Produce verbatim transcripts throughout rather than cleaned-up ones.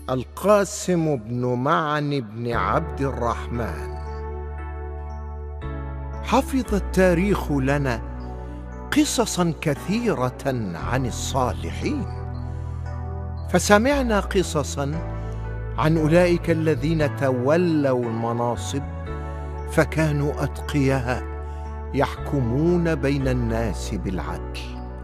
القاسم بن معن بن عبد الرحمن. حفظ التاريخ لنا قصصا كثيرة عن الصالحين، فسمعنا قصصا عن أولئك الذين تولوا المناصب فكانوا أتقياء يحكمون بين الناس بالعدل،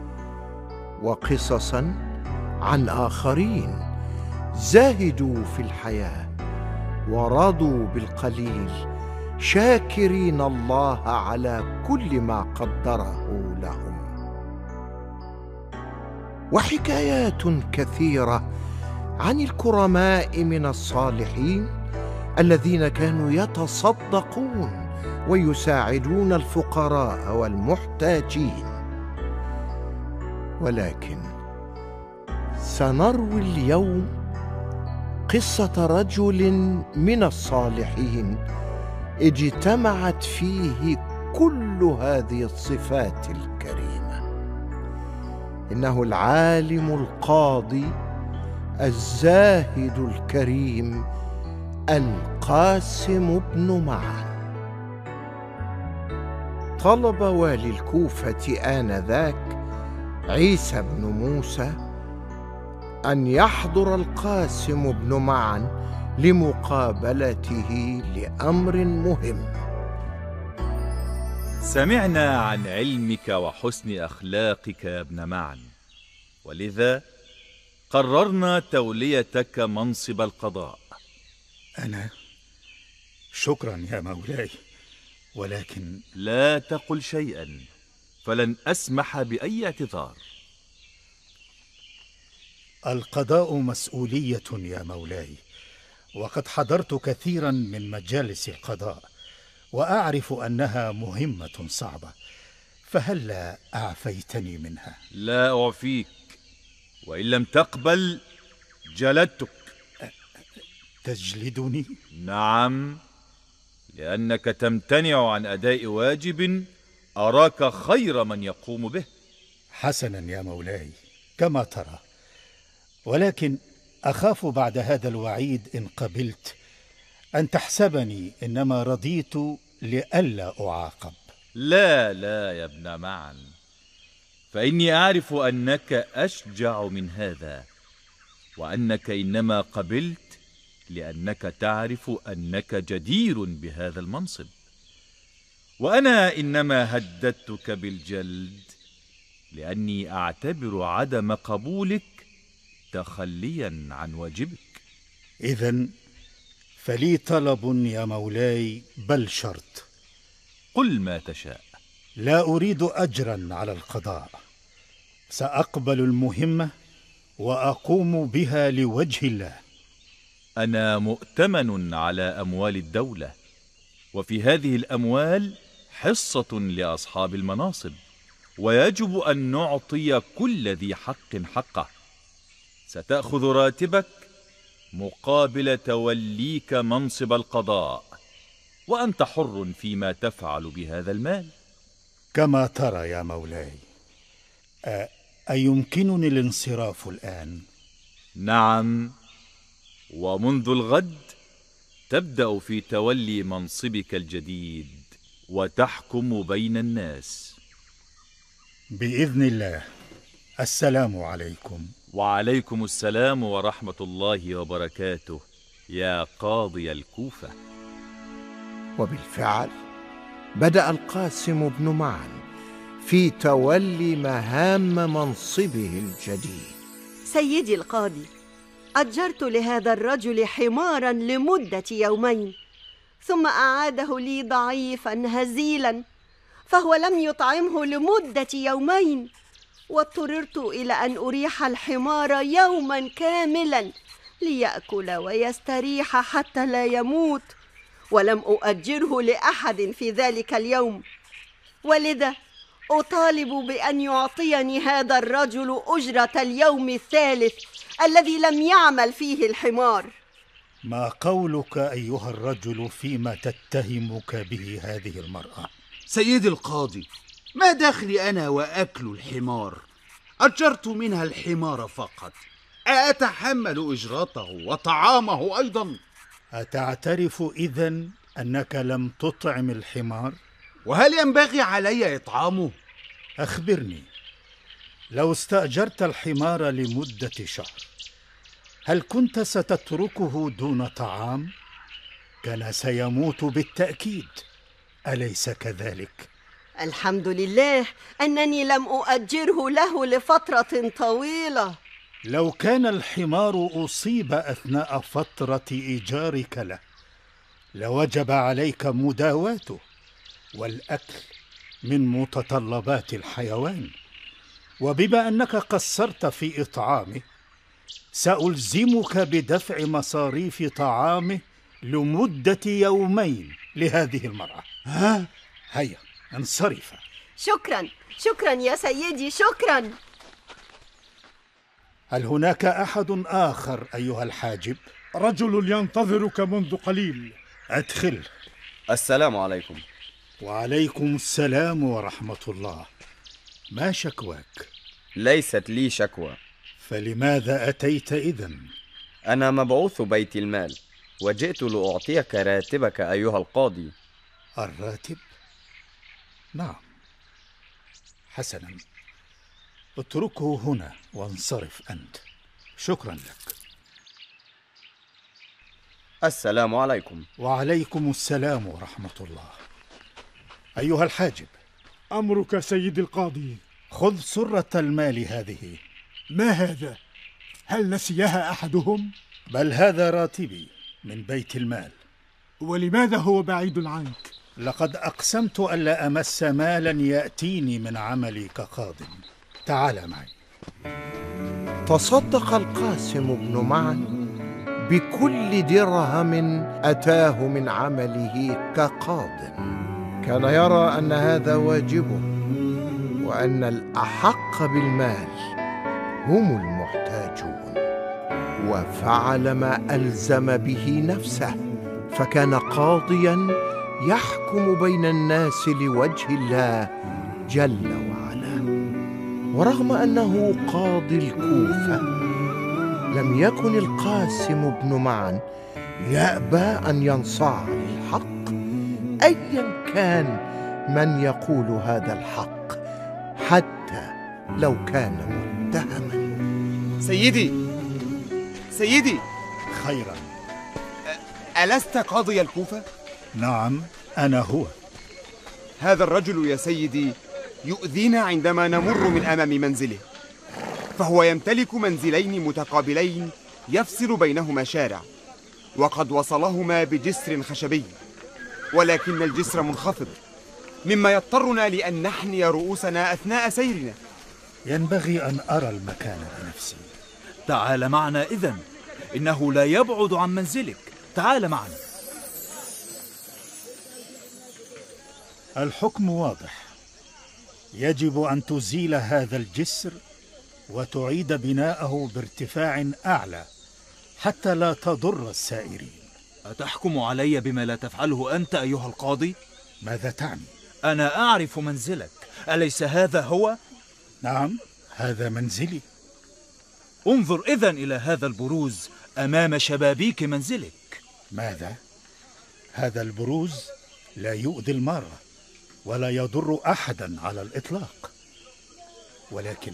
وقصصا عن آخرين زاهدوا في الحياة ورضوا بالقليل شاكرين الله على كل ما قدره لهم، وحكايات كثيرة عن الكرماء من الصالحين الذين كانوا يتصدقون ويساعدون الفقراء والمحتاجين. ولكن سنروي اليوم قصة رجل من الصالحين اجتمعت فيه كل هذه الصفات الكريمة. إنه العالم القاضي الزاهد الكريم القاسم بن معن. طلب والي الكوفة آنذاك عيسى بن موسى أن يحضر القاسم بن معن لمقابلته لأمر مهم. سمعنا عن علمك وحسن أخلاقك يا ابن معن، ولذا قررنا توليتك منصب القضاء. أنا؟ شكرا يا مولاي، ولكن لا تقل شيئا، فلن أسمح بأي اعتذار. القضاء مسؤولية يا مولاي، وقد حضرت كثيرا من مجالس القضاء وأعرف أنها مهمة صعبة، فهلا أعفيتني منها؟ لا أعفيك، وإن لم تقبل جلدتك. تجلدني؟ نعم، لأنك تمتنع عن أداء واجب أراك خير من يقوم به. حسنا يا مولاي، كما ترى، ولكن أخاف بعد هذا الوعيد إن قبلت أن تحسبني إنما رضيت لئلا أعاقب. لا لا يا ابن معن، فإني أعرف أنك أشجع من هذا، وأنك إنما قبلت لأنك تعرف أنك جدير بهذا المنصب، وأنا إنما هددتك بالجلد لأني أعتبر عدم قبولك تخليا عن واجبك. إذن فلي طلب يا مولاي، بل شرط. قل ما تشاء. لا أريد أجرا على القضاء، سأقبل المهمة وأقوم بها لوجه الله. أنا مؤتمن على أموال الدولة، وفي هذه الأموال حصة لأصحاب المناصب، ويجب أن نعطي كل ذي حق حقه. ستأخذ راتبك مقابل توليك منصب القضاء، وأنت حر فيما تفعل بهذا المال. كما ترى يا مولاي. أ... أيمكنني الانصراف الآن؟ نعم، ومنذ الغد تبدأ في تولي منصبك الجديد وتحكم بين الناس. بإذن الله. السلام عليكم. وعليكم السلام ورحمة الله وبركاته يا قاضي الكوفة. وبالفعل بدأ القاسم بن معن في تولي مهام منصبه الجديد. سيدي القاضي، أجرت لهذا الرجل حمارا لمدة يومين، ثم أعاده لي ضعيفا هزيلا، فهو لم يطعمه لمدة يومين، واضطررت إلى أن أريح الحمار يوما كاملا ليأكل ويستريح حتى لا يموت، ولم أؤجره لأحد في ذلك اليوم، ولذا أطالب بأن يعطيني هذا الرجل أجرة اليوم الثالث الذي لم يعمل فيه الحمار. ما قولك أيها الرجل فيما تتهمك به هذه المرأة؟ سيدي القاضي، ما دخلي أنا وأكل الحمار؟ أجرت منها الحمار فقط، أتحمل إجراته وطعامه أيضا؟ أتعترف إذن أنك لم تطعم الحمار؟ وهل ينبغي علي إطعامه؟ أخبرني، لو استأجرت الحمار لمدة شهر هل كنت ستتركه دون طعام؟ كان سيموت بالتأكيد، أليس كذلك؟ الحمد لله أنني لم أؤجره له لفترة طويلة. لو كان الحمار أصيب أثناء فترة إيجارك له لوجب عليك مداواته والأكل من متطلبات الحيوان، وبما أنك قصرت في إطعامه سألزمك بدفع مصاريف طعامه لمدة يومين لهذه المرأة. ها؟ هيا انصرف. شكرا شكرا يا سيدي، شكرا. هل هناك أحد آخر أيها الحاجب؟ رجل ينتظرك منذ قليل. أدخل. السلام عليكم. وعليكم السلام ورحمة الله. ما شكواك؟ ليست لي شكوى. فلماذا أتيت إذن؟ أنا مبعوث بيت المال وجئت لأعطيك راتبك أيها القاضي. الراتب؟ نعم، حسنا، اتركه هنا وانصرف أنت. شكرا لك. السلام عليكم. وعليكم السلام ورحمة الله. أيها الحاجب. أمرك سيد القاضي. خذ سرة المال هذه. ما هذا؟ هل نسيها أحدهم؟ بل هذا راتبي من بيت المال. ولماذا هو بعيد عنك؟ لقد أقسمت ألا أمس مالا يأتيني من عملي كقاض. تعال معي. تصدق القاسم بن معن بكل درهم أتاه من عمله كقاض. كان يرى أن هذا واجبه، وأن الأحق بالمال هم المحتاجون، وفعل ما ألزم به نفسه، فكان قاضيا يحكم بين الناس لوجه الله جل وعلا. ورغم أنه قاضي الكوفة لم يكن القاسم بن معن يأبى أن ينصاع للحق أيا كان من يقول هذا الحق، حتى لو كان متهما. سيدي سيدي خيرا. ألست قاضي الكوفة؟ نعم، أنا هو. هذا الرجل يا سيدي يؤذينا عندما نمر من أمام منزله، فهو يمتلك منزلين متقابلين يفصل بينهما شارع، وقد وصلهما بجسر خشبي، ولكن الجسر منخفض، مما يضطرنا لأن نحني رؤوسنا أثناء سيرنا. ينبغي أن أرى المكان بنفسي. تعال معنا إذن، إنه لا يبعد عن منزلك. تعال معنا. الحكم واضح. يجب أن تزيل هذا الجسر وتعيد بناءه بارتفاع أعلى حتى لا تضر السائرين. أتحكم علي بما لا تفعله أنت أيها القاضي؟ ماذا تعني؟ أنا أعرف منزلك، أليس هذا هو؟ نعم، هذا منزلي. انظر إذن إلى هذا البروز أمام شبابيك منزلك. ماذا؟ هذا البروز لا يؤذي المارة ولا يضر أحدا على الإطلاق، ولكن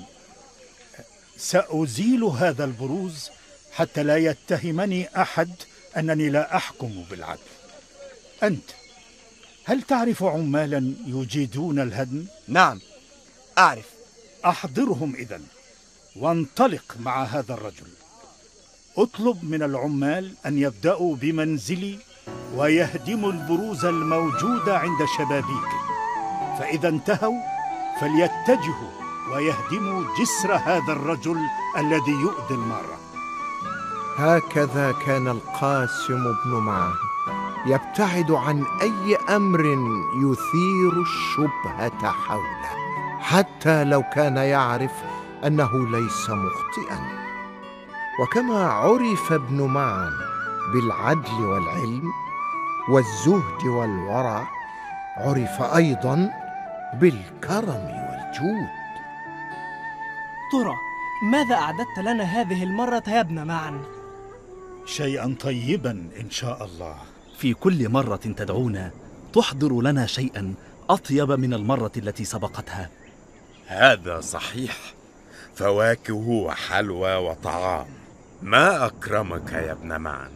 سأزيل هذا البروز حتى لا يتهمني أحد أنني لا أحكم بالعدل. أنت هل تعرف عمالا يجيدون الهدم؟ نعم أعرف. أحضرهم إذن وانطلق مع هذا الرجل. اطلب من العمال أن يبدأوا بمنزلي ويهدموا البروز الموجودة عند شبابيك، فإذا انتهوا فليتجهوا ويهدموا جسر هذا الرجل الذي يؤذي المارة. هكذا كان القاسم بن معن يبتعد عن أي أمر يثير الشبهة حوله، حتى لو كان يعرف أنه ليس مخطئا. وكما عرف ابن معن بالعدل والعلم والزهد والورع، عرف أيضا بالكرم والجود. ترى ماذا أعددت لنا هذه المرة يا ابن معن؟ شيئا طيبا إن شاء الله. في كل مرة تدعونا تحضر لنا شيئا أطيب من المرة التي سبقتها. هذا صحيح، فواكه وحلوى وطعام. ما أكرمك يا ابن معن.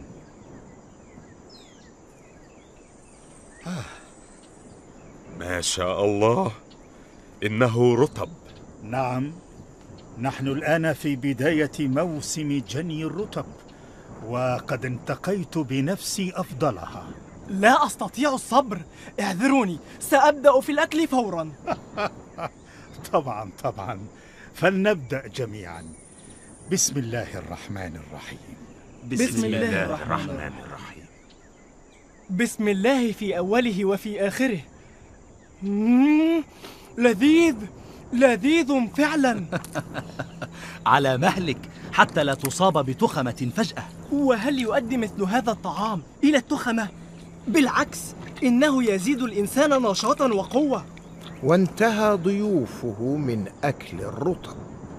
آه. ما شاء الله، إنه رطب. نعم، نحن الآن في بداية موسم جني الرطب، وقد انتقيت بنفسي أفضلها. لا أستطيع الصبر، اعذروني، سأبدأ في الأكل فورا. طبعا طبعا، فلنبدأ جميعا. بسم الله الرحمن الرحيم. بسم, بسم الله, الله الرحمن, الرحمن الرحيم. بسم الله في أوله وفي آخره. مم، لذيذ لذيذ فعلا. على مهلك حتى لا تصاب بتخمة فجأة. وهل يؤدي مثل هذا الطعام إلى التخمة؟ بالعكس، إنه يزيد الإنسان نشاطا وقوة. وانتهى ضيوفه من أكل الرطب.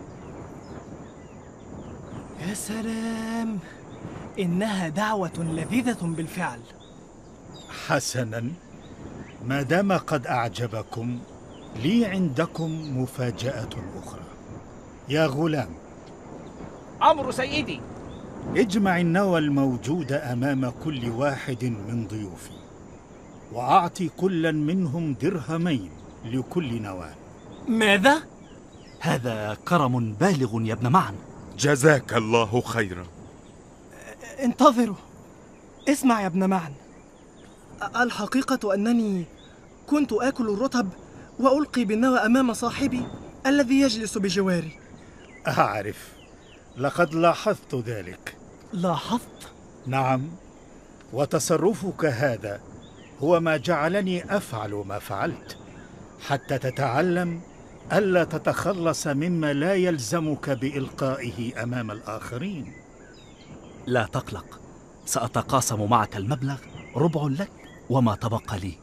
يا سلام، إنها دعوة لذيذة بالفعل. حسنا، ما دام قد أعجبكم، لي عندكم مفاجأة أخرى. يا غلام. أمر سيدي. اجمع النوى الموجود أمام كل واحد من ضيوفي، وأعطي كلا منهم درهمين لكل نواة. ماذا؟ هذا كرم بالغ يا ابن معن. جزاك الله خيرا. انتظروا، اسمع يا ابن معن. الحقيقة أنني كنت آكل الرطب وألقي بالنوى أمام صاحبي الذي يجلس بجواري. أعرف، لقد لاحظت ذلك. لاحظت؟ نعم، وتصرفك هذا هو ما جعلني أفعل ما فعلت، حتى تتعلم ألا تتخلص مما لا يلزمك بإلقائه أمام الآخرين. لا تقلق، سأتقاسم معك المبلغ، ربع لك وما تبقى لي.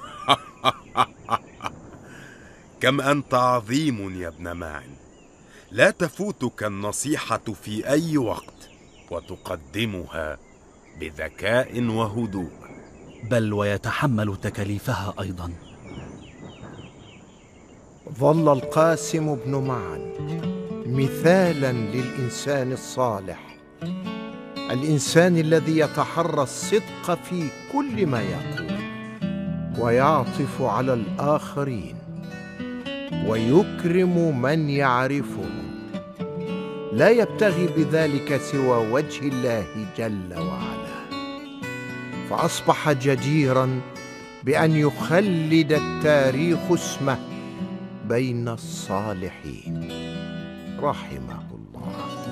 كم أنت عظيم يا ابن معن. لا تفوتك النصيحة في أي وقت، وتقدمها بذكاء وهدوء، بل ويتحمل تكاليفها أيضا. ظل القاسم بن معن مثالا للإنسان الصالح، الإنسان الذي يتحرى الصدق في كل ما يقول، ويعطف على الآخرين، ويكرم من يعرفه، لا يبتغي بذلك سوى وجه الله جل وعلا، فأصبح جديرا بأن يخلد التاريخ اسمه بين الصالحين رحمه الله.